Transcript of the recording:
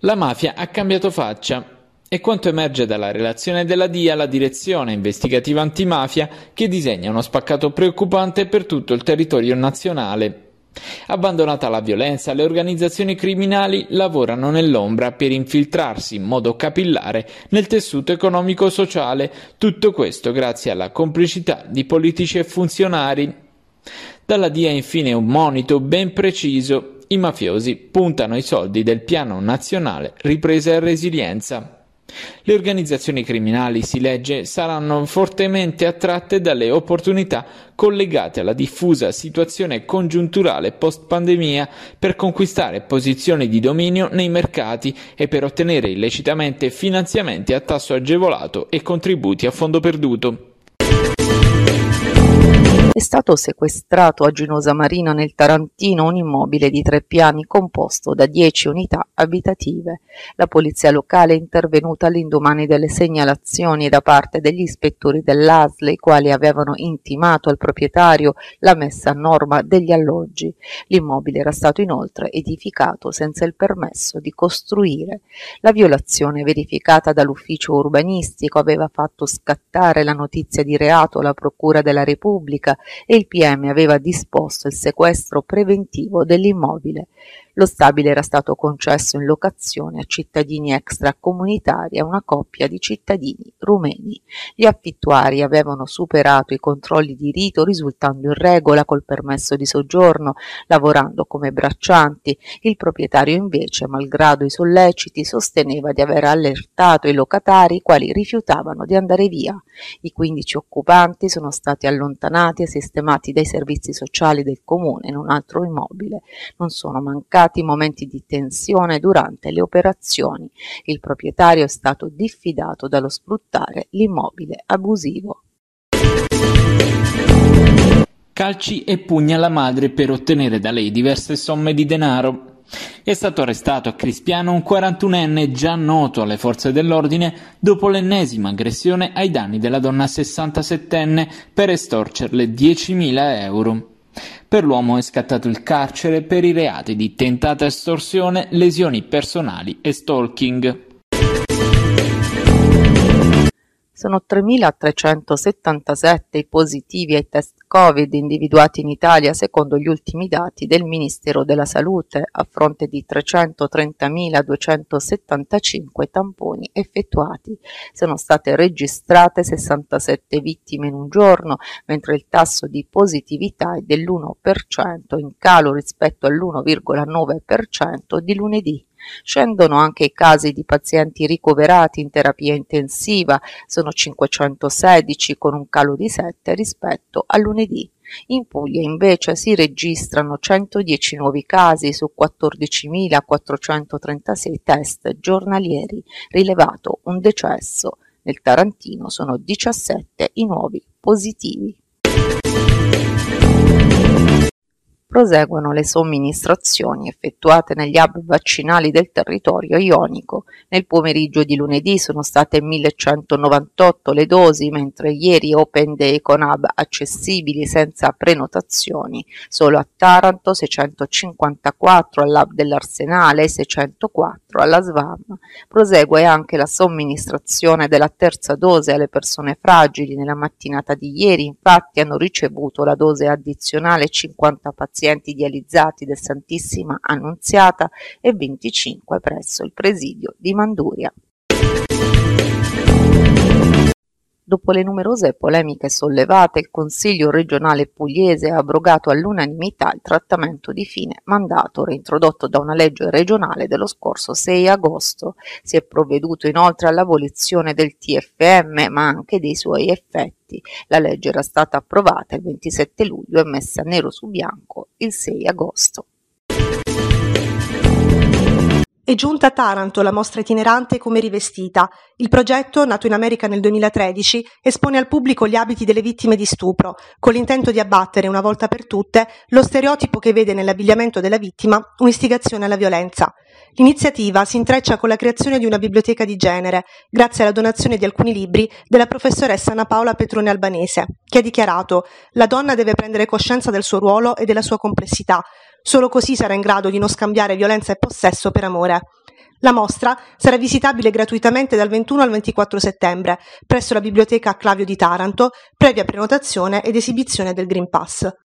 La mafia ha cambiato faccia. È quanto emerge dalla relazione della DIA, la Direzione Investigativa Antimafia, che disegna uno spaccato preoccupante per tutto il territorio nazionale. Abbandonata la violenza, le organizzazioni criminali lavorano nell'ombra per infiltrarsi in modo capillare nel tessuto economico-sociale, tutto questo grazie alla complicità di politici e funzionari. Dalla DIA infine un monito ben preciso: i mafiosi puntano i soldi del Piano Nazionale Ripresa e Resilienza. Le organizzazioni criminali, si legge, saranno fortemente attratte dalle opportunità collegate alla diffusa situazione congiunturale post-pandemia per conquistare posizioni di dominio nei mercati e per ottenere illecitamente finanziamenti a tasso agevolato e contributi a fondo perduto. È stato sequestrato a Ginosa Marina nel Tarantino un immobile di 3 piani composto da 10 unità abitative. La polizia locale è intervenuta all'indomani delle segnalazioni da parte degli ispettori dell'ASL, i quali avevano intimato al proprietario la messa a norma degli alloggi. L'immobile era stato inoltre edificato senza il permesso di costruire. La violazione verificata dall'ufficio urbanistico aveva fatto scattare la notizia di reato alla Procura della Repubblica e il PM aveva disposto il sequestro preventivo dell'immobile. Lo stabile era stato concesso in locazione a cittadini extracomunitari e a una coppia di cittadini rumeni. Gli affittuari avevano superato i controlli di rito, risultando in regola col permesso di soggiorno, lavorando come braccianti. Il proprietario invece, malgrado i solleciti, sosteneva di aver allertato i locatari, i quali rifiutavano di andare via. I 15 occupanti sono stati allontanati e sistemati dai servizi sociali del comune in un altro immobile. Non sono mancati momenti di tensione durante le operazioni. Il proprietario è stato diffidato dallo sfruttare l'immobile abusivo. Calci e pugni alla madre per ottenere da lei diverse somme di denaro. È stato arrestato a Crispiano un 41enne già noto alle forze dell'ordine dopo l'ennesima aggressione ai danni della donna 67enne per estorcerle 10.000 euro. Per l'uomo è scattato il carcere per i reati di tentata estorsione, lesioni personali e stalking. Sono 3.377 i positivi ai test Covid individuati in Italia secondo gli ultimi dati del Ministero della Salute, a fronte di 330.275 tamponi effettuati. Sono state registrate 67 vittime in un giorno, mentre il tasso di positività è dell'1%, in calo rispetto all'1,9% di lunedì. Scendono anche i casi di pazienti ricoverati in terapia intensiva, sono 516 con un calo di 7 rispetto a lunedì. In Puglia invece si registrano 110 nuovi casi su 14.436 test giornalieri, rilevato un decesso. Nel Tarantino sono 17 i nuovi positivi. Proseguono le somministrazioni effettuate negli hub vaccinali del territorio ionico. Nel pomeriggio di lunedì sono state 1.198 le dosi, mentre ieri Open Day con hub accessibili senza prenotazioni. Solo a Taranto 654, all'hub dell'Arsenale 604 alla SVAM. Prosegue anche la somministrazione della terza dose alle persone fragili. Nella mattinata di ieri infatti hanno ricevuto la dose addizionale 50 pazienti dializzati del Santissima Annunziata e 25 presso il presidio di Manduria. Dopo le numerose polemiche sollevate, il Consiglio regionale pugliese ha abrogato all'unanimità il trattamento di fine mandato reintrodotto da una legge regionale dello scorso 6 agosto. Si è provveduto inoltre all'abolizione del TFM, ma anche dei suoi effetti. La legge era stata approvata il 27 luglio e messa nero su bianco il 6 agosto. È giunta a Taranto la mostra itinerante Come rivestita. Il progetto, nato in America nel 2013, espone al pubblico gli abiti delle vittime di stupro, con l'intento di abbattere una volta per tutte lo stereotipo che vede nell'abbigliamento della vittima un'istigazione alla violenza. L'iniziativa si intreccia con la creazione di una biblioteca di genere, grazie alla donazione di alcuni libri della professoressa Anna Paola Petrone Albanese, che ha dichiarato: «La donna deve prendere coscienza del suo ruolo e della sua complessità. Solo così sarà in grado di non scambiare violenza e possesso per amore». La mostra sarà visitabile gratuitamente dal 21 al 24 settembre presso la Biblioteca Clavio di Taranto, previa prenotazione ed esibizione del Green Pass.